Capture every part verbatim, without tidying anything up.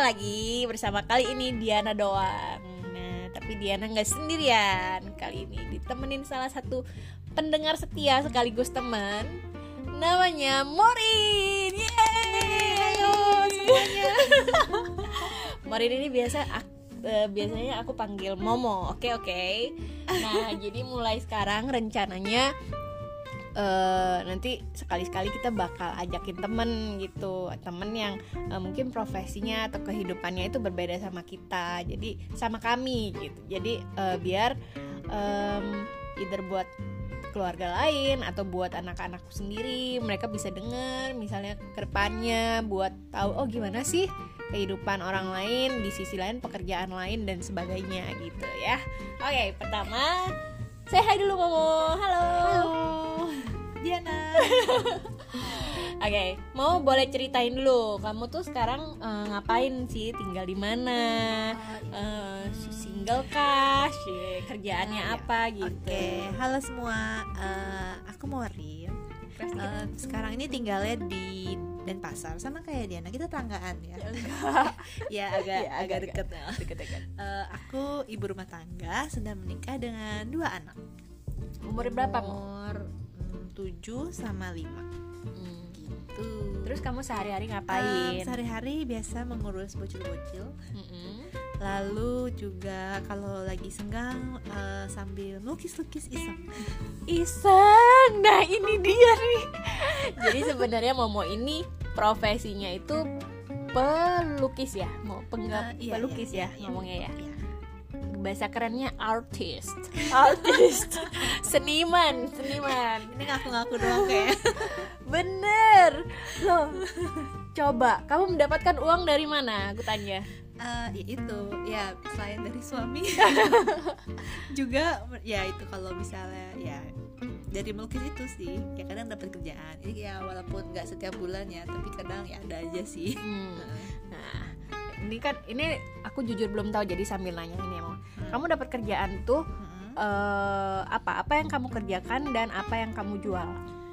lagi bersama kali ini Diana doang. Nah, tapi Diana gak sendirian. Kali ini ditemenin salah satu pendengar setia sekaligus teman, namanya Morin. Yeay, halo semuanya. Morin ini biasa aku, uh, biasanya aku panggil Momo. Oke oke. Nah, jadi mulai sekarang rencananya Uh, nanti sekali-sekali kita bakal ajakin temen gitu, temen yang uh, mungkin profesinya atau kehidupannya itu berbeda sama kita, jadi sama kami gitu. Jadi uh, biar um, either buat keluarga lain atau buat anak-anakku sendiri, mereka bisa dengar misalnya ke depannya buat tahu oh gimana sih kehidupan orang lain di sisi lain, pekerjaan lain dan sebagainya gitu ya. Oke, pertama say hi dulu Momo. Halo. Halo Diana. Oke, okay, mau boleh ceritain dulu kamu tuh sekarang uh, ngapain sih, tinggal di mana, uh, single kah, kerjaannya uh, apa ya. Gitu. Oke, okay. Halo semua, uh, aku Morin. Uh, sekarang ini tinggalnya di Denpasar, sama kayak Diana, kita tetanggaan ya. Ya agak ya, agak dekat. Dekat-dekat. Uh, aku ibu rumah tangga, sudah menikah dengan dua anak. Umur berapa? Umur tujuh sama lima. Hmm. Gitu. Terus kamu sehari-hari ngapain? Um, sehari-hari biasa mengurus bocil-bocil. Mm-hmm. Lalu juga kalau lagi senggang uh, sambil melukis-lukis iseng. Iseng. Nah, ini dia nih. Jadi sebenarnya Momo ini profesinya itu pelukis ya, mau penggap uh, iya, pelukis iya, ya iya, ngomongnya ya. Iya. Bahasa kerennya artist. Artist. Seniman, seniman. Ini ngaku-ngaku doang kayak. Bener. Loh. Coba, kamu mendapatkan uang dari mana? Aku tanya. Uh, ya itu, ya selain dari suami. Juga ya itu kalau misalnya ya dari melukis itu sih, ya kadang dapat kerjaan. Jadi ya walaupun nggak setiap bulan ya, tapi kadang ya ada aja sih. Hmm. Nah, ini kan ini aku jujur belum tahu, jadi sambil nanya ini emang. Hmm. Kamu dapat kerjaan tuh hmm. uh, apa? Apa yang kamu kerjakan dan apa yang kamu jual?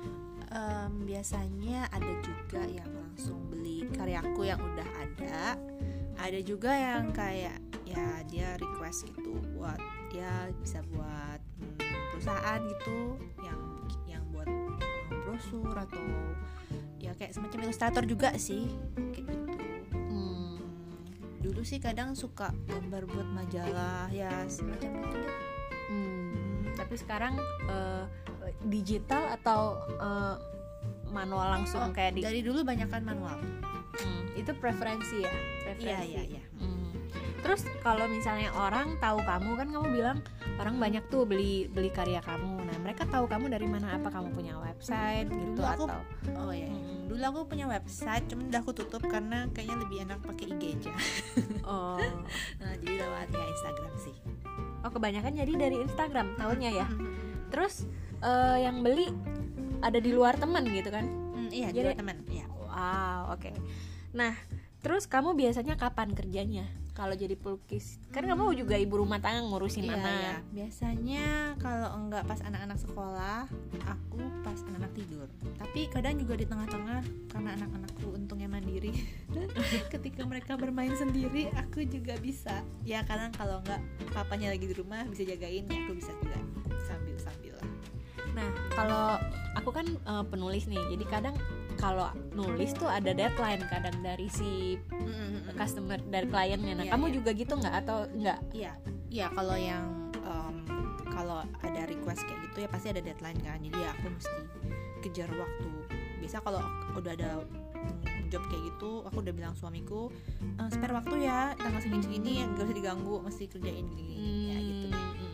Um, biasanya ada juga yang langsung beli karyaku yang udah ada. Ada juga yang kayak ya dia request gitu buat ya bisa buat hmm, perusahaan gitu yang yang buat um, brosur atau ya kayak semacam ilustrator juga sih kayak gitu. Hmm, dulu sih kadang suka gambar buat majalah ya semacam itu deh. Hmm, tapi sekarang uh, digital atau uh, manual langsung oh, kayak di... Dari dulu banyakan manual. Hmm, itu preferensi ya, preferensi. Iya iya iya. Hmm. Terus kalau misalnya orang tahu kamu, kan kamu bilang orang banyak tuh beli beli karya kamu. Nah, mereka tahu kamu dari mana? Apa kamu punya website gitu dulu aku, atau? Oh iya. Hmm. Dulu aku punya website, cuman udah aku tutup karena kayaknya lebih enak pakai I G aja. Oh. Nah, jadi lewat ya Instagram sih. Oh, kebanyakan jadi dari Instagram tahunya ya. Terus uh, yang beli ada di luar teman gitu kan? Hmm, iya, jadi, di luar teman. Iya. Wow, oke. Okay. Nah, terus kamu biasanya kapan kerjanya? Kalau jadi pelukis, kan hmm. kamu juga ibu rumah tangga ngurusin iya, anak. Iya. Biasanya kalau enggak pas anak-anak sekolah, aku pas anak-anak tidur. Tapi kadang juga di tengah-tengah karena anak-anakku untungnya mandiri. Ketika mereka bermain sendiri, aku juga bisa. Ya kadang kalau enggak papanya lagi di rumah bisa jagain, ya aku bisa juga sambil-sambil lah. Nah, kalau aku kan uh, penulis nih, jadi kadang kalau nulis tuh ada deadline kadang dari si mm-hmm. customer, dari kliennya. Nah, yeah, kamu yeah. juga gitu nggak atau nggak? Iya, yeah. yeah, kalau yang um, kalau ada request kayak gitu ya pasti ada deadline kan. Jadi ya aku mesti kejar waktu. Biasa kalau udah ada mm, job kayak gitu, aku udah bilang suamiku e, spare waktu ya, tanggal segini-segini nggak usah diganggu, mesti kerjain gini, hmm. ya gitu.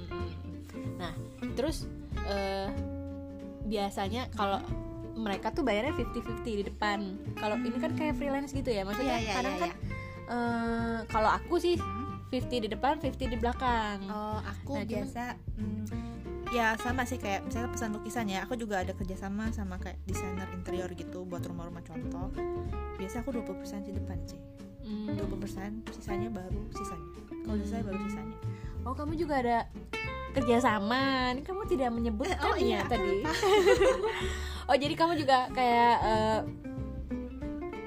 Nah, terus uh, biasanya kalau mereka tuh bayarnya fifty-fifty di depan. Kalau hmm. ini kan kayak freelance gitu ya. Maksudnya yeah, yeah, kadang yeah, kan yeah. uh, kalau aku sih fifty di depan, fifty di belakang. Oh, aku nah, biasa mm, ya sama sih kayak misalnya pesan lukisan ya. Aku juga ada kerjasama sama kayak desainer interior gitu buat rumah-rumah contoh. Biasa aku twenty percent di depan sih. Hmm. twenty percent sisanya baru sisanya. Kalau selesai baru sisanya. Oh, kamu juga ada kerjasama. Ini kamu tidak menyebutkan oh, iya, ya tadi. Oh, jadi kamu juga kayak uh,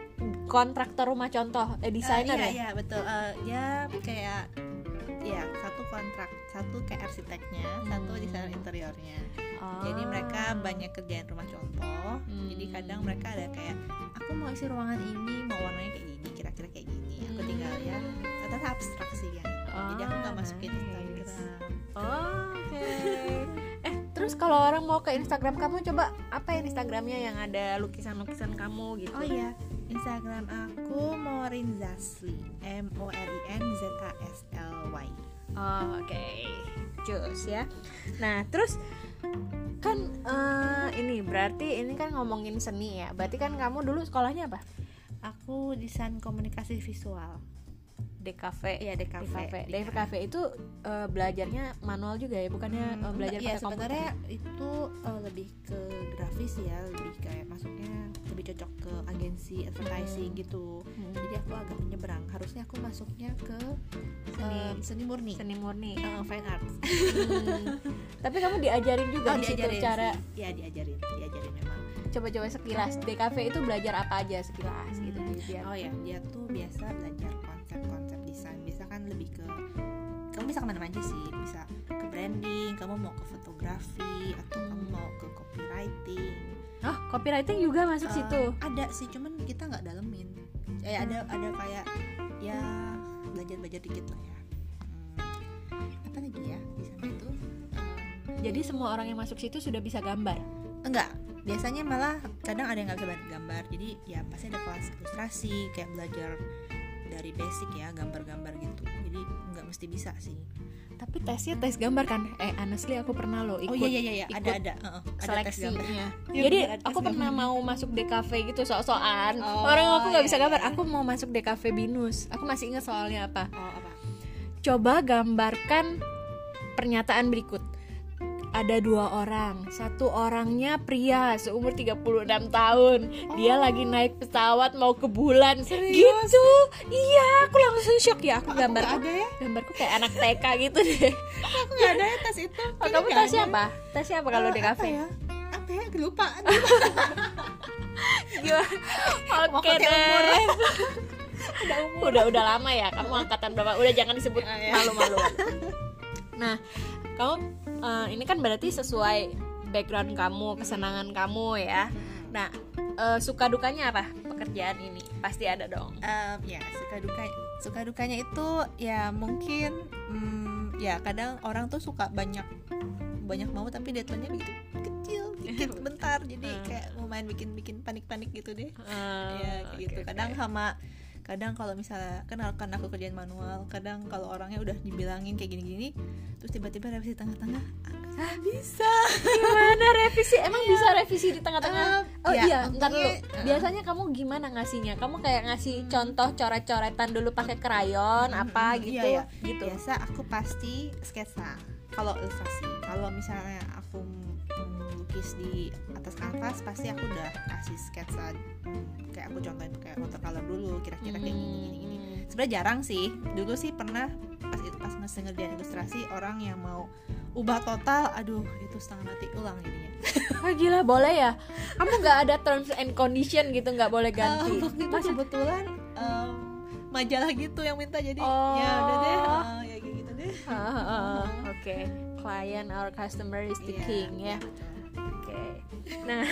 kontraktor rumah contoh, eh desainer uh, iya, ya? Iya betul. Uh, dia kayak ya satu kontrak, satu kayak arsiteknya, hmm. satu desainer interiornya. Oh. Jadi mereka banyak kerjaan rumah contoh. Hmm. Jadi kadang mereka ada kayak aku mau isi ruangan ini, mau warnanya kayak gini, kira-kira kayak gini. Aku tinggal ya, tetap abstraksi kan. Oh, jadi aku nggak masukin nice. Instagram. Oh, oke. Okay. Eh terus kalau orang mau ke Instagram kamu, coba apa ya Instagramnya yang ada lukisan-lukisan kamu gitu? Oh iya, Instagram aku Morin Zasli, M O R I N Z A S L Y. Oh, oke, okay. Cus ya. Nah terus kan uh, ini berarti ini kan ngomongin seni ya. Berarti kan kamu dulu sekolahnya apa? Aku desain komunikasi visual. D K V. Iya, D K V. D K V itu uh, belajarnya manual juga ya, bukannya hmm, uh, belajar pakai komputer? Iya, sebenarnya itu uh, lebih ke grafis ya, lebih kayak masuknya lebih cocok ke agensi advertising hmm. gitu. Hmm. Jadi aku agak menyeberang. Harusnya aku masuknya ke seni, uh, seni murni. Seni murni. Uh, fine arts. Hmm. Tapi kamu diajarin juga oh, di situ cara? Iya, diajarin, diajarin memang. Coba-coba sekilas D K V itu belajar apa aja sekilas hmm. gitu biar. Oh ya, dia tuh biasa belajar konsep-konsep desain. Biasa kan lebih ke kamu bisa kemana aja sih, bisa ke branding, kamu mau ke fotografi atau hmm. kamu mau ke copywriting. Oh, copywriting juga masuk uh, situ? Ada sih, cuman kita nggak dalemin. Eh ada ada kayak ya belajar-belajar dikit lah ya. Hmm, apa lagi ya di sana itu? Um, Jadi semua orang yang masuk situ sudah bisa gambar? Enggak. Biasanya malah kadang ada yang nggak bisa gambar, jadi ya pasti ada kelas ilustrasi kayak belajar dari basic ya, gambar-gambar gitu, jadi nggak mesti bisa sih. Tapi tesnya tes gambar kan? Eh honestly aku pernah loh ikut. Oh iya iya iya, ada ada uh, seleksinya. Ya, jadi aku pernah mau masuk D K V gitu sok-sokan. Oh, orang aku nggak iya, bisa gambar, aku mau masuk D K V Binus. Aku masih ingat soalnya apa? Oh apa? Coba gambarkan pernyataan berikut. Ada dua orang, satu orangnya pria seumur tiga puluh enam tahun. Oh. Dia lagi naik pesawat mau ke bulan. Serius? Gitu. Iya, aku langsung shock ya. Aku gambar ada ya? Gambarku kayak anak T K gitu deh. Aku gak ada ya tes itu. Oh, kamu tesnya apa? Tesnya apa kalau uh, di kafe? Ya? Apa ya? Lupa. Oke deh. Udah umur. Udah udah lama ya. Kamu angkatan berapa? Udah jangan disebut malu-maluan. Nah, kamu uh, ini kan berarti sesuai background kamu, kesenangan kamu ya. Nah, uh, suka dukanya apa pekerjaan ini? Pasti ada dong. Um, ya suka duka, suka dukanya itu ya mungkin, um, ya kadang orang tuh suka banyak banyak mau tapi deadline-nya begitu kecil, dikit bentar, jadi kayak mau main bikin-bikin panik-panik gitu deh. Uh, ya kayak okay, gitu. Kadang okay. sama kadang kalau misalnya kan kan aku kerjaan manual, kadang kalau orangnya udah dibilangin kayak gini-gini terus tiba-tiba revisi tengah-tengah ah, bisa gimana revisi emang yeah. bisa revisi di tengah-tengah uh, oh ya, iya ntar dulu uh. biasanya kamu gimana ngasihnya, kamu kayak ngasih hmm. contoh coret-coretan dulu pakai krayon hmm. apa gitu iya, iya. gitu biasa aku pasti sketsa kalau ilustrasi. Kalau misalnya aku lukis di atas kanvas pasti aku udah kasih sketsa, hmm, kayak aku contohin pakai watercolor dulu, kira-kira kayak gini gini gini. Sebenarnya jarang sih. Dulu sih pernah pas pas ngerjain ilustrasi orang yang mau ubah total, aduh itu setengah mati ulang jadinya. Wah gila, boleh ya? Kamu nggak ada terms and condition gitu, nggak boleh ganti? Uh, waktu itu kebetulan um, majalah gitu yang minta, jadi oh. ya udah deh, uh, ya kayak gitu deh. Uh, uh, uh, Oke, okay. Client our customer is the yeah, king ya. Yeah. Oke, okay. Nah,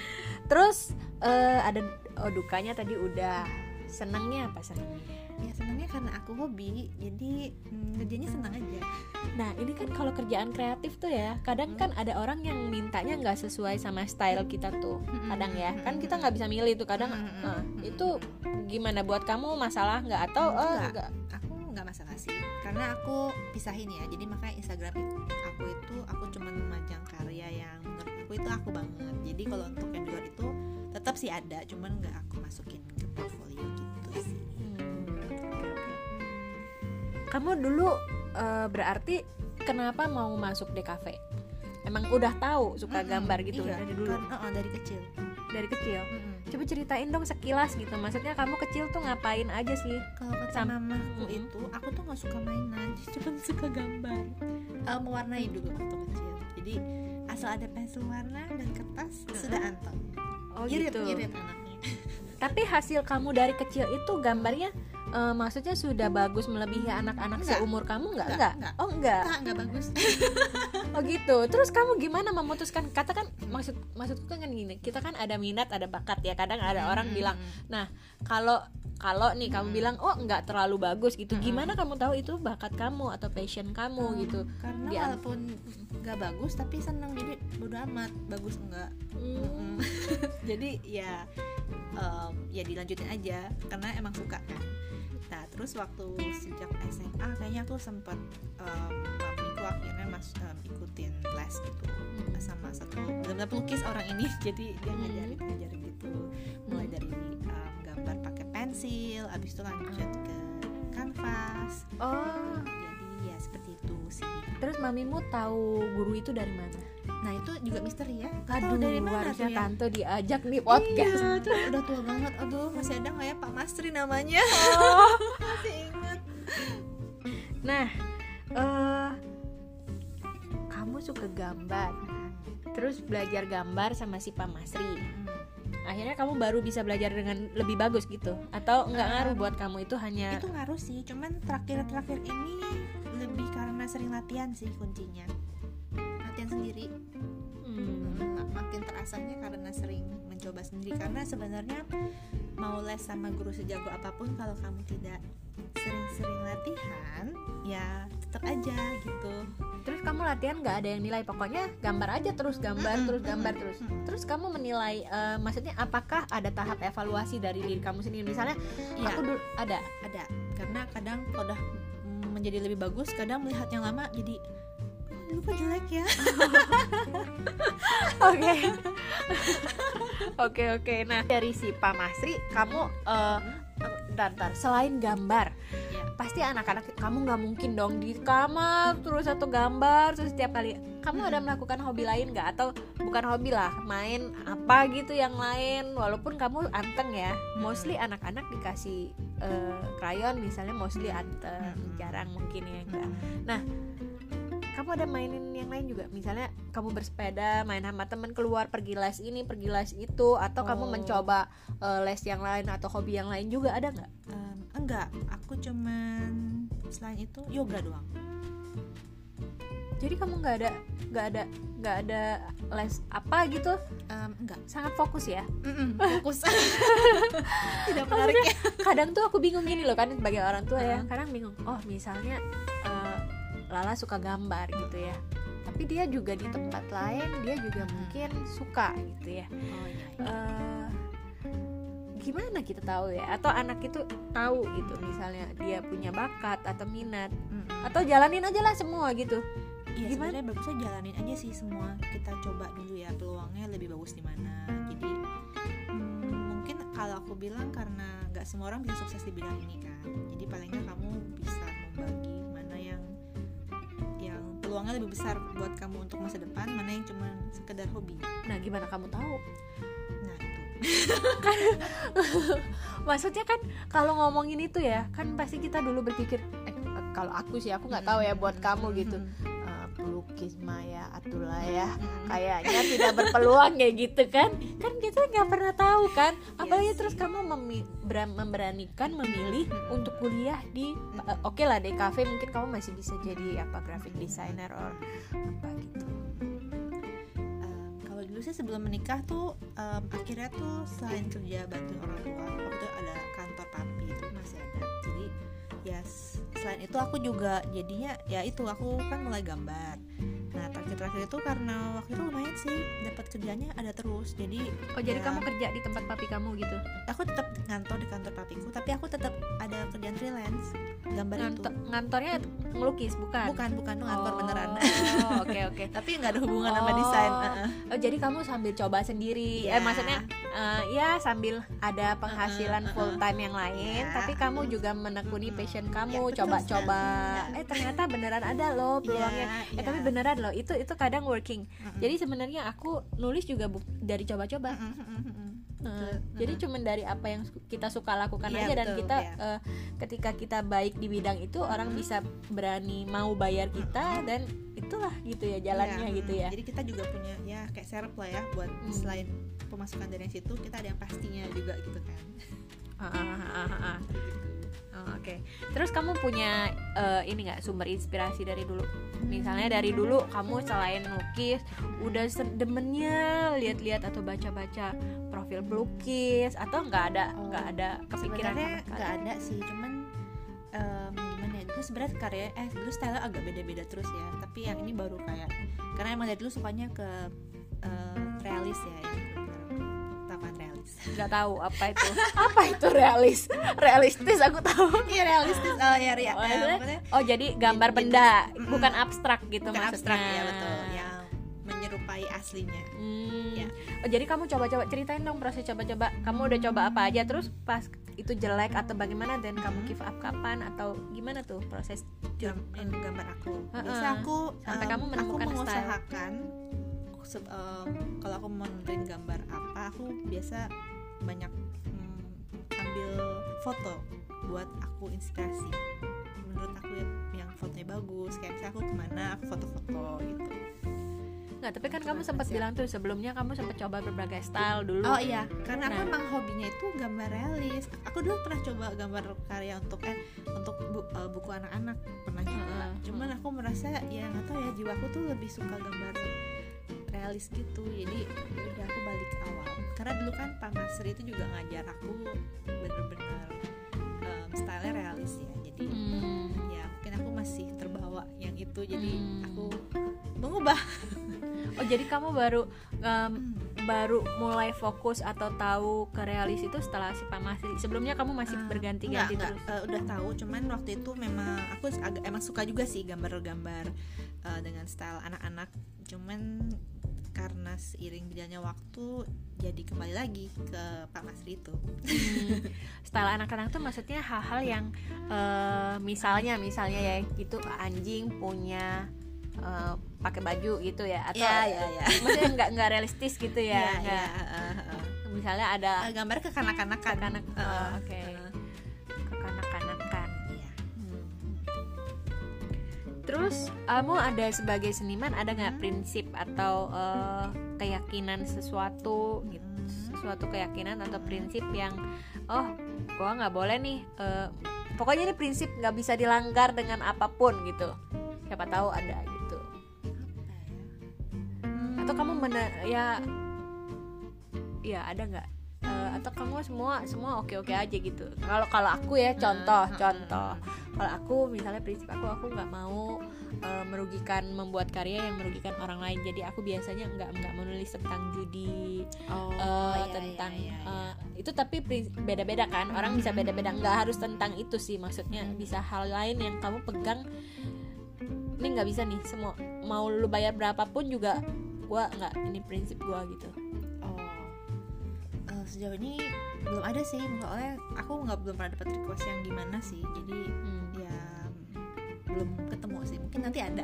terus uh, ada oh, dukanya tadi udah, senangnya apa senangnya? Ya senangnya karena aku hobi, jadi hmm, kerjanya senang aja. Nah ini kan kalau kerjaan kreatif tuh ya, kadang hmm. kan ada orang yang mintanya nggak sesuai sama style kita tuh, kadang ya, kan kita nggak bisa milih tuh kadang. Hmm. Uh, itu gimana buat kamu, masalah nggak atau hmm, oh, enggak. enggak? Aku nggak masalah sih, karena aku pisahin ya, jadi makanya Instagram aku itu aku cuma memajang karya yang menurut aku itu aku banget. Jadi kalau untuk yang di luar itu tetap sih ada, cuman nggak aku masukin ke portfolio gitu sih. Kamu dulu uh, berarti kenapa mau masuk D K V? Emang udah tahu suka mm-hmm. gambar gitu iya, dari dulu? Kan, uh, dari kecil. Dari kecil. Mm-hmm. Coba ceritain dong sekilas gitu. Maksudnya kamu kecil tuh ngapain aja sih? Kalau kata Sam- mamaku mm-hmm. itu, aku tuh nggak suka mainan, cuma suka gambar. Uh, mewarnai dulu waktu kecil. Jadi asal ada pensil warna dan kertas mm-hmm. sudah anteng. Oh irit, gitu. Irit anaknya. Tapi hasil kamu dari kecil itu gambarnya uh, maksudnya sudah bagus melebihi anak-anak Enggak. seumur kamu nggak? Enggak, Enggak. enggak. Oh enggak. Enggak, enggak bagus. Oh gitu. Terus kamu gimana memutuskan? Katakan maksud maksudku kan gini. Kita kan ada minat, ada bakat ya. Kadang ada orang bilang, nah kalau kalau nih kamu bilang oh nggak terlalu bagus gitu. Gimana kamu tahu itu bakat kamu atau passion kamu Hmm, gitu? Karena Dia- walaupun nggak bagus tapi seneng, jadi bodo amat bagus enggak. Hmm. Jadi ya em, ya dilanjutin aja karena emang suka kan. Nah terus waktu sejak S M A kayaknya aku sempat um, mamiku akhirnya mas em, ikutin les gitu sama satu benar-benar pelukis orang ini. Jadi dia ngajarin ngajarin gitu mulai dari em, gambar pakai pensil, abis itu lanjut ke kanvas. Oh. Jadi ya seperti itu sih. Terus mamimu tahu guru itu dari mana? Nah itu juga misteri ya. Gak Aduh, tahu dari mana harusnya tuh ya. tante diajak nih podcast. Iya, tuh udah tua banget. Aduh, masih ada nggak ya Pak Masri namanya? Oh. Masih ingat. Nah, eh kamu suka gambar. Terus belajar gambar sama si Pak Masri. Akhirnya kamu baru bisa belajar dengan lebih bagus gitu. Atau enggak ngaruh buat kamu itu hanya Itu ngaruh sih, cuman terakhir-terakhir ini lebih karena sering latihan sih kuncinya. Latihan sendiri. hmm, Mak- makin terasanya karena sering mencoba sendiri. Karena sebenarnya mau les sama guru sejago apapun kalau kamu tidak sering-sering latihan, ya tetap aja gitu. terus kamu latihan nggak ada yang nilai, pokoknya gambar aja terus gambar Mm-mm, terus gambar mm-mm, terus mm-mm. terus kamu menilai eh, maksudnya apakah ada tahap evaluasi dari diri kamu sendiri, misalnya Iya. aku dulu ada Ada, karena kadang kalau udah mm, menjadi lebih bagus, kadang melihat yang lama jadi "Oh, dulu kok jelek ya." oke oke oke nah dari si Pak Masri kamu eh bentar, bentar. Selain gambar Ya. pasti anak-anak kamu nggak mungkin dong di kamar terus satu gambar terus setiap kali kamu ada melakukan hobi lain nggak, atau bukan hobi lah, main apa gitu yang lain walaupun kamu anteng ya, mostly anak-anak dikasih eh, krayon misalnya mostly anteng, jarang mungkin ya enggak. Nah kamu ada mainin yang lain juga, misalnya kamu bersepeda main sama temen, keluar pergi les ini pergi les itu, atau kamu Oh. mencoba eh, les yang lain atau hobi yang lain juga, ada nggak? Em, enggak, aku cuman selain itu yoga doang. Jadi kamu nggak ada nggak ada nggak ada les apa gitu, Em, enggak. sangat fokus ya. Mm-mm, fokus. Tidak menarik ya. Kadang tuh aku bingung gini loh kan sebagai orang tua ya, kadang bingung. Oh misalnya eh, Lala suka gambar gitu ya, tapi dia juga di tempat lain dia juga mungkin suka gitu ya. Oh iya. Eh, gimana kita tahu ya? Atau anak itu tahu gitu, misalnya dia punya bakat atau minat, Mm-mm. atau jalanin aja lah semua gitu. Iya, Gimana? sebenarnya bagusnya jalanin aja sih semua. Kita coba dulu ya peluangnya lebih bagus di mana. Jadi hmm, mungkin kalau aku bilang karena nggak semua orang bisa sukses di bidang ini kan. Jadi paling nggak kamu bisa membagi mana yang yang peluangnya lebih besar buat kamu untuk masa depan, mana yang cuma sekedar hobi. Nah gimana kamu tahu? Nah itu. Maksudnya kan kalau ngomongin itu ya kan pasti kita dulu berpikir eh, kalau aku sih aku nggak tahu ya buat kamu gitu, eh, pelukis Maya atulah ya kayaknya tidak berpeluang kayak gitu kan, kan kita nggak pernah tahu kan, apalagi Yes. terus kamu memi- ber- memberanikan memilih untuk kuliah di eh, oke lah di kafe, mungkin kamu masih bisa jadi apa graphic designer or apa gitu. Um, kalau dulu sih sebelum menikah tuh um, akhirnya tuh selain kerja bantuin orang tua, waktu itu ada kantor papi itu masih ada. Jadi ya s- selain itu aku juga jadinya ya itu aku kan mulai gambar. Nah terakhir-terakhir itu karena waktu itu lumayan sih dapat kerjanya ada terus. Jadi Oh jadi ya, kamu kerja di tempat papi kamu gitu? aku tetap ngantor di kantor papiku, tapi aku tetap ada kerjaan freelance gambar Ngantor, itu. ngantornya ngelukis bukan? Bukan bukan tuh ngantor Oh, beneran. oke oke. Tapi nggak ada hubungan sama desain. uh-uh. Oh jadi kamu sambil coba sendiri, Iya. eh maksudnya eh, ya sambil ada penghasilan Uh-uh, uh-uh. full time yang lain, Iya. tapi kamu juga menekuni passion kamu, Ya, betul coba-coba. sekali. Eh ternyata beneran ada loh peluangnya. Iya, Eh tapi iya. beneran loh, itu itu kadang working. Mm-mm. Jadi sebenarnya aku nulis juga bu- dari coba-coba. Mm-mm. Eh, Betul. jadi cuman dari apa yang su- kita suka lakukan Iya, aja, dan betul, kita iya. eh, ketika kita baik di bidang itu orang bisa berani mau bayar kita, dan it- itulah gitu ya jalannya ya, gitu ya. Jadi kita juga punya ya kayak serep lah ya buat hmm. selain pemasukan dari situ kita ada yang pastinya juga gitu kan. Ah, ah, ah, ah, ah. Oh, oke. Okay. Terus kamu punya uh, ini nggak sumber inspirasi dari dulu? Misalnya dari dulu kamu selain lukis udah demennya lihat-lihat atau baca-baca profil pelukis atau nggak ada nggak oh, ada kepikiran sama sekali? Nggak ada sih, cuman um, gimana ya? Dulu sebenarnya karya eh dulu style agak beda-beda terus ya. Tapi yang ini baru kayak karena emang dari dulu sukanya ke uh, realis ya. Nggak tahu apa itu apa itu realis realistis aku tahu. Iya realistis oh ya, ya, oh, ya oh jadi gambar benda mm, bukan abstrak gitu bukan maksudnya. Abstrak ya betul yang menyerupai aslinya. hmm. Ya. Oh jadi kamu coba-coba ceritain dong proses coba-coba kamu udah coba apa aja terus pas itu jelek atau bagaimana dan kamu give up kapan atau gimana tuh proses Gam- gambar aku. Uh-uh. Biasa aku sampai um, kamu menemukan aku mengusahakan um, kalau aku mau nentuin gambar apa aku biasa banyak um, ambil foto buat aku inspirasi. Menurut aku yang fotonya bagus kayak misalnya aku kemana aku foto-foto gitu. Nggak, tapi kan kamu sempat bilang tuh sebelumnya kamu sempat coba berbagai style dulu. Oh iya, karena nah. aku emang hobinya itu gambar realis. Aku dulu pernah coba gambar karya untuk eh untuk bu, uh, buku anak-anak pernah juga. Uh, Cuman uh. aku merasa ya nggak tahu ya jiwaku tuh lebih suka gambar realis gitu. Jadi udah aku balik ke awal. Karena dulu kan Pak Masri itu juga ngajar aku bener-bener um, style realis ya. Jadi hmm. ya mungkin aku masih terbawa yang itu. Jadi hmm. aku mengubah. Oh jadi kamu baru um, baru mulai fokus atau tahu ke realis itu setelah si Pak Masri. Sebelumnya kamu masih uh, berganti-ganti enggak, terus? Enggak, uh, udah tahu. Cuman waktu itu memang aku agak emang suka juga sih gambar-gambar uh, dengan style anak-anak. Cuman karena seiring berjalannya waktu jadi kembali lagi ke Pak Masri itu. Hmm, style anak-anak tuh maksudnya hal-hal yang uh, misalnya misalnya ya itu anjing punya uh, pakai baju gitu ya atau ya, ya, ya. maksudnya nggak nggak realistis gitu ya, ya, nggak ya uh, uh. misalnya ada uh, gambar kekanak-kanakan kekanak uh, uh, oke okay. uh. kekanak-kanakan ya. hmm. Terus kamu ada sebagai seniman ada nggak hmm. prinsip atau uh, keyakinan sesuatu gitu hmm. sesuatu keyakinan atau prinsip yang oh gua nggak boleh nih uh, pokoknya ini prinsip nggak bisa dilanggar dengan apapun gitu siapa tahu ada gitu atau kamu mener ya ya ada nggak uh, atau kamu semua semua oke oke aja gitu kalau kalau aku ya contoh contoh kalau aku misalnya prinsip aku aku nggak mau uh, merugikan membuat karya yang merugikan orang lain jadi aku biasanya nggak nggak menulis tentang judi oh, uh, iya, tentang iya, iya, iya. Uh, itu tapi beda-beda kan orang bisa beda-beda nggak harus tentang itu sih maksudnya bisa hal lain yang kamu pegang ini nggak bisa nih semua mau lu bayar berapapun juga gue nggak ini prinsip gue gitu. Oh uh, sejauh ini belum ada sih soalnya aku nggak belum pernah dapat request yang gimana sih jadi hmm. ya belum ketemu sih mungkin nanti ada.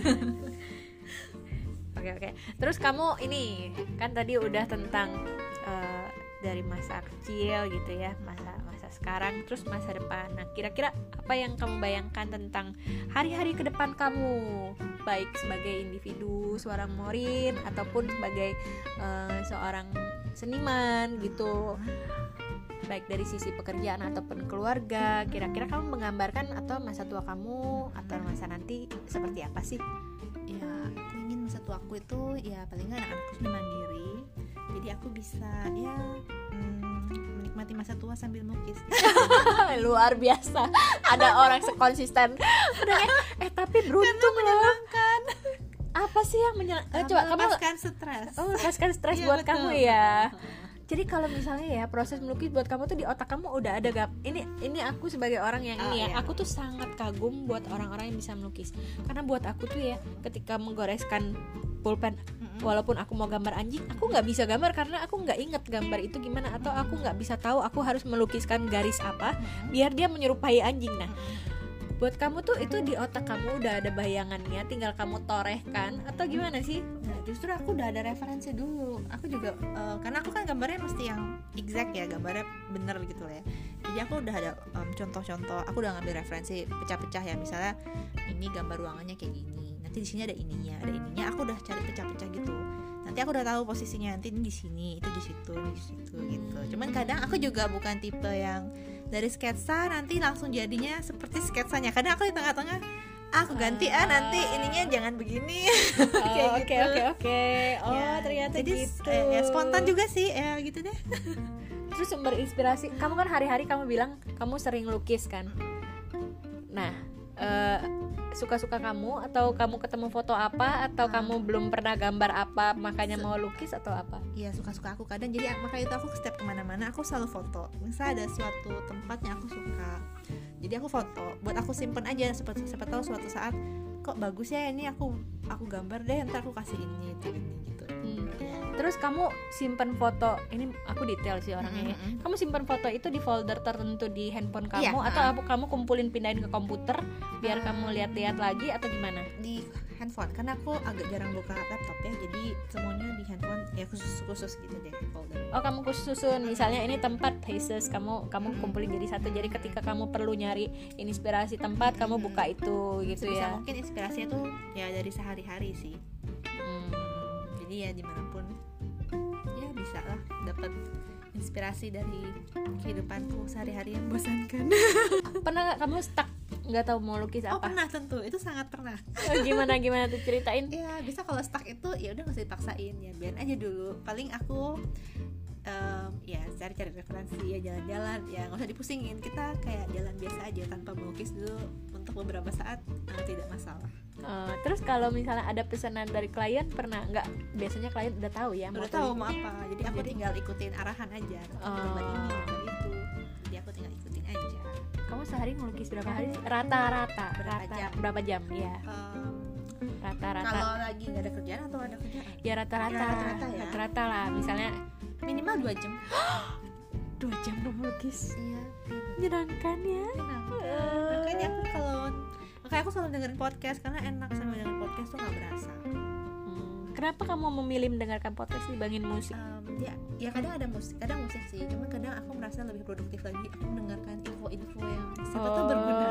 Oke oke terus kamu ini kan tadi udah tentang uh, dari masa kecil gitu ya masa masa sekarang terus masa depan nah kira-kira apa yang kamu bayangkan tentang hari-hari ke depan kamu baik sebagai individu seorang morin ataupun sebagai uh, seorang seniman gitu baik dari sisi pekerjaan ataupun keluarga kira-kira kamu menggambarkan atau masa tua kamu atau masa nanti seperti apa sih? Ya aku ingin masa tua aku itu ya paling nggak anak-anakku sudah mandiri jadi aku bisa ya mm, menikmati masa tua sambil melukis. Luar biasa ada orang sekonsisten udah ya eh tapi beruntung loh apa sih yang menyel- eh, coba kamu melepaskan stres oh melepaskan stres ya, buat betul. kamu ya jadi kalau misalnya ya proses melukis buat kamu tuh di otak kamu udah ada gak ini ini aku sebagai orang yang oh, ini ya iya. aku tuh sangat kagum buat orang-orang yang bisa melukis karena buat aku tuh ya ketika menggoreskan pulpen mm-hmm. walaupun aku mau gambar anjing aku nggak bisa gambar karena aku nggak inget gambar itu gimana atau aku nggak bisa tahu aku harus melukiskan garis apa mm-hmm. biar dia menyerupai anjing nah mm-hmm. buat kamu tuh itu di otak kamu udah ada bayangannya tinggal kamu torehkan atau gimana sih? Nah justru aku udah ada referensi dulu aku juga uh, karena aku kan gambarnya mesti yang exact ya gambarnya bener gitu lah ya jadi aku udah ada um, contoh-contoh aku udah ngambil referensi pecah-pecah ya misalnya ini gambar ruangannya kayak gini nanti di sini ada ininya, ada ininya. Aku udah cari pecah-pecah gitu. Nanti aku udah tahu posisinya, nanti ini di sini, itu di situ, di situ gitu. Cuman kadang aku juga bukan tipe yang dari sketsa nanti langsung jadinya seperti sketsanya. Kadang aku di tengah-tengah, ah, aku ganti ah nanti ininya jangan begini. Oh, oke oke oke. Oh, Ya, ternyata jadi gitu. eh, ya spontan juga sih, ya gitu deh. Terus sumber inspirasi, kamu kan hari-hari kamu bilang kamu sering lukis kan. Nah, eh, suka-suka kamu atau kamu ketemu foto apa atau Ah. kamu belum pernah gambar apa makanya mau lukis atau apa? Iya, suka-suka aku kadang. Jadi makanya itu aku setiap kemana-mana aku selalu foto. Misalnya ada suatu tempat yang aku suka, jadi aku foto buat aku simpen aja. Siapa, siapa tahu suatu saat kok bagus ya ini, aku aku gambar deh, ntar aku kasih ini itu ini gitu. Hmm. Ya. Terus kamu simpan foto, ini aku detail sih orangnya ya. Mm-mm. Kamu simpan foto itu di folder tertentu di handphone Iya, kamu atau uh. apa kamu kumpulin pindahin ke komputer biar Uh. kamu lihat-lihat lagi atau gimana? Di handphone karena aku agak jarang buka laptop ya, jadi semuanya di handphone ya, khusus khusus gitu deh folder. Oh, kamu khusus susun misalnya ini tempat places, kamu kamu kumpulin jadi satu. Jadi ketika kamu perlu nyari inspirasi tempat, kamu buka itu gitu Bisa ya. mungkin inspirasinya tuh ya dari sehari-hari sih. Hmm. Jadi ya dimanapun ya bisa lah dapat inspirasi dari kehidupanku sehari-hari yang bosankan. Pernah nggak kamu stuck nggak tahu mau lukis Oh apa? pernah, tentu itu sangat pernah. Oh, gimana gimana tuh ceritain? Ya bisa, kalau stuck itu ya udah nggak usah dipaksain, ya biarin aja dulu. Paling aku um, ya cari-cari referensi, ya jalan-jalan, ya nggak usah dipusingin. Kita kayak jalan biasa aja tanpa melukis dulu untuk beberapa saat, uh, tidak masalah. Uh, terus kalau misalnya ada pesanan dari klien, pernah nggak? Biasanya klien udah tahu ya mau Udah tahu tulis. mau apa, jadi aku Jadi- tinggal ikutin arahan aja. Oh. Gambar ini, gambar itu, jadi aku tinggal ikutin aja. Kamu sehari ngelukis berapa hari sih? Rata-rata Berapa rata, jam? berapa jam ya? Um, Rata-rata. kalau lagi nggak ada kerjaan atau ada kerjaan, Ya rata-rata. Ya, rata-rata ya. Rata-rata lah. Misalnya minimal dua jam. dua jam kamu lukis. Iya, Menyenangkan ya. menyenangkan. Makanya aku kalau makanya aku selalu dengerin podcast karena enak, sama dengerin podcast tuh nggak berasa. Hmm, Kenapa kamu memilih mendengarkan podcast dibanding musik? Um, ya, ya kadang ada musik, kadang musik sih. Cuma kadang aku merasa lebih produktif lagi. Aku mendengarkan info-info yang siapa tuh berguna.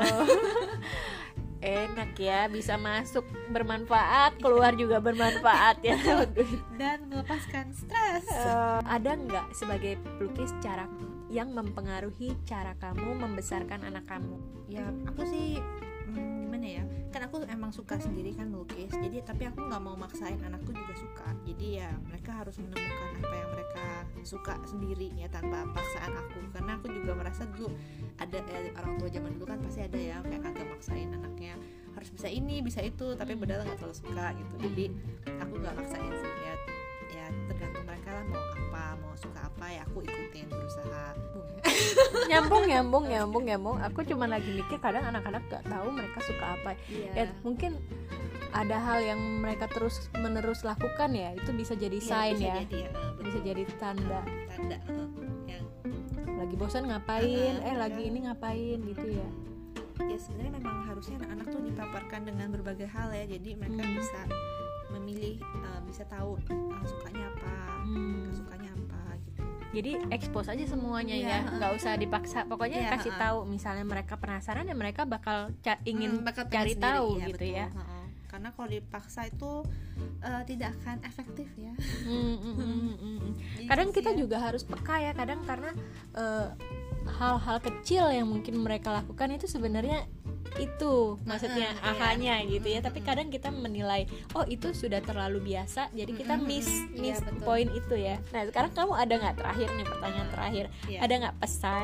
Enak ya, bisa masuk bermanfaat, keluar juga bermanfaat ya. Dan melepaskan stres. Eh, ada nggak sebagai pelukis cara yang mempengaruhi cara kamu membesarkan anak kamu? Ya aku sih hmm, gimana ya, kan aku emang suka sendiri kan melukis, jadi tapi aku nggak mau maksain anakku juga suka. Jadi ya mereka harus menemukan apa yang mereka suka sendiri ya, tanpa paksaan aku. Karena aku juga merasa dulu ada ya, orang tua zaman dulu kan pasti ada ya kayak agak maksain anaknya harus bisa ini bisa itu, tapi padahal nggak terlalu suka gitu. Jadi aku nggak maksain sih ya, ya tergantung mereka lah mau apa, mau suka apa, ya aku ikutin, berusaha. Nyambung nyambung nyambung nyambung. Aku cuma lagi mikir kadang anak-anak nggak tahu mereka suka apa. Iya. Ya mungkin ada hal yang mereka terus menerus lakukan ya, itu bisa jadi Iya, sign bisa ya, jadi, ya, eh, betul. bisa jadi tanda. Tanda eh, yang Lagi bosan ngapain, Uh-uh, eh lagi iya. ini ngapain gitu ya. ya sebenarnya memang harusnya anak-anak tuh dipaparkan dengan berbagai hal ya, jadi mereka Hmm. bisa memilih, uh, bisa tahu uh, sukanya apa, Hmm. nggak sukanya apa gitu. Jadi expose aja semuanya Iya, ya, uh-uh. nggak usah dipaksa. Pokoknya Iya, kasih uh-uh. tahu. Misalnya mereka penasaran ya mereka bakal ca- ingin Hmm, bakal pengen cari sendiri, tahu iya, gitu betul, ya. uh-uh. Karena kalau dipaksa itu uh, tidak akan efektif ya. Hmm, hmm, hmm, hmm, hmm. Jadi Kadang kita kasihan. juga harus peka ya, kadang karena eh, hal-hal kecil yang mungkin mereka lakukan itu sebenarnya itu maksudnya Uh-uh, iya. ahanya gitu ya, tapi Mm-mm. kadang kita menilai oh itu sudah terlalu biasa, jadi kita Mm-mm, miss iya, miss betul. poin itu ya. Nah sekarang kamu ada nggak, terakhir nih pertanyaan terakhir, Iya. ada nggak pesan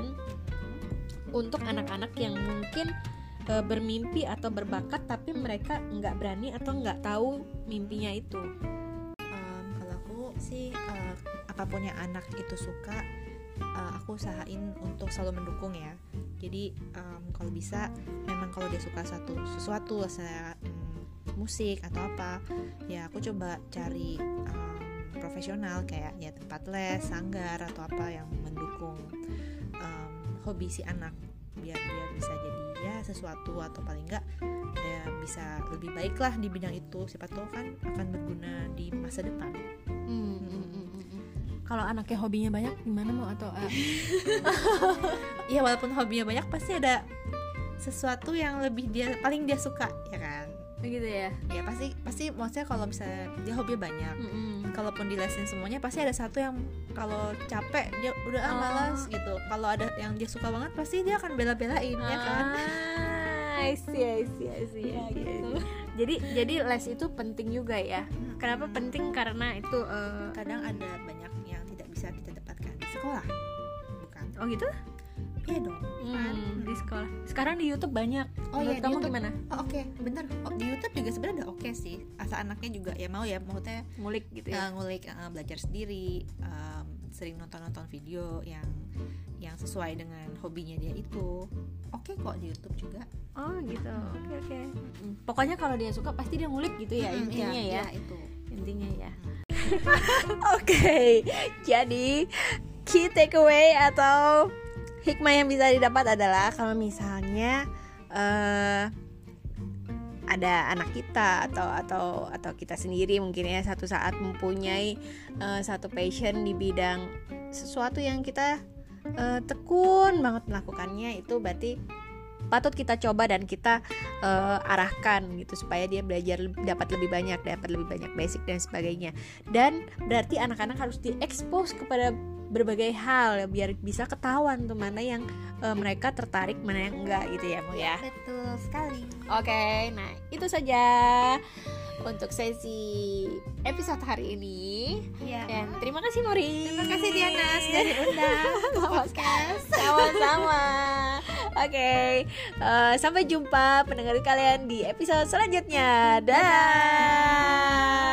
untuk anak-anak yang mungkin eh, bermimpi atau berbakat tapi mereka nggak berani atau nggak tahu mimpinya itu? Um, kalau aku sih uh, apapun yang anak itu suka, uh, aku usahain untuk selalu mendukung ya. Jadi um, kalau bisa, memang kalau dia suka satu sesuatu, saya um, musik atau apa, ya aku coba cari um, profesional kayak ya tempat les, sanggar atau apa yang mendukung um, hobi si anak, biar dia bisa jadi ya sesuatu, atau paling enggak ya bisa lebih baik lah di bidang itu. Siapa tahu kan akan berguna di masa depan. Hmm, hmm, hmm, hmm, hmm. Kalau anaknya hobinya banyak gimana mau atau uh, Ya walaupun hobinya banyak pasti ada sesuatu yang lebih dia paling dia suka ya kan. Gitu ya. Ya pasti pasti maksudnya kalau misalnya dia hobi banyak, Mm-mm. kalaupun di lesin semuanya pasti ada satu yang kalau capek dia udah ah, Oh. malas gitu. Kalau ada yang dia suka banget pasti dia akan bela-belain ya kan. Ah, I see, I see, I see. Ya, gitu. Jadi jadi les itu penting juga ya. Kenapa penting? Karena itu uh, Kadang ada banyak yang tidak bisa kita dapatkan di sekolah, bukan? oh gitu? Iya dong. Hmm, di sekolah. Sekarang di YouTube banyak. Oh Menurut iya, di kamu YouTube. gimana? Oh, oke, bener. Oh, di YouTube juga sebenarnya udah oke sih. Asal anaknya juga ya mau ya, maksudnya Ngulik gitu ya. uh, ngulik, uh, belajar sendiri, um, sering nonton-nonton video yang yang sesuai dengan hobinya dia itu. Oke kok di YouTube juga. Oh gitu. Oke oke. Mm, Pokoknya kalau dia suka pasti dia ngulik gitu ya, Mm, intinya iya, ya. iya, itu. Intinya ya. Oke. Jadi key takeaway atau hikmah yang bisa didapat adalah kalau misalnya eh ada anak kita atau atau atau kita sendiri mungkin ya satu saat mempunyai eh, satu passion di bidang sesuatu yang kita eh, tekun banget melakukannya, itu berarti patut kita coba dan kita eh, arahkan gitu supaya dia belajar leb- dapat lebih banyak, dapat lebih banyak basic dan sebagainya. Dan berarti anak-anak harus diekspos kepada berbagai hal ya, biar bisa ketahuan tuh mana yang eh, mereka tertarik, mana yang enggak gitu ya, Mo ya. Betul sekali. Oke, nah itu saja untuk sesi episode hari ini. Iya. Dan terima kasih Mori. Terima kasih Diana sudah diundang ke podcast. Sama-sama. Oke, eh, sampai jumpa pendengar kalian di episode selanjutnya. Dah.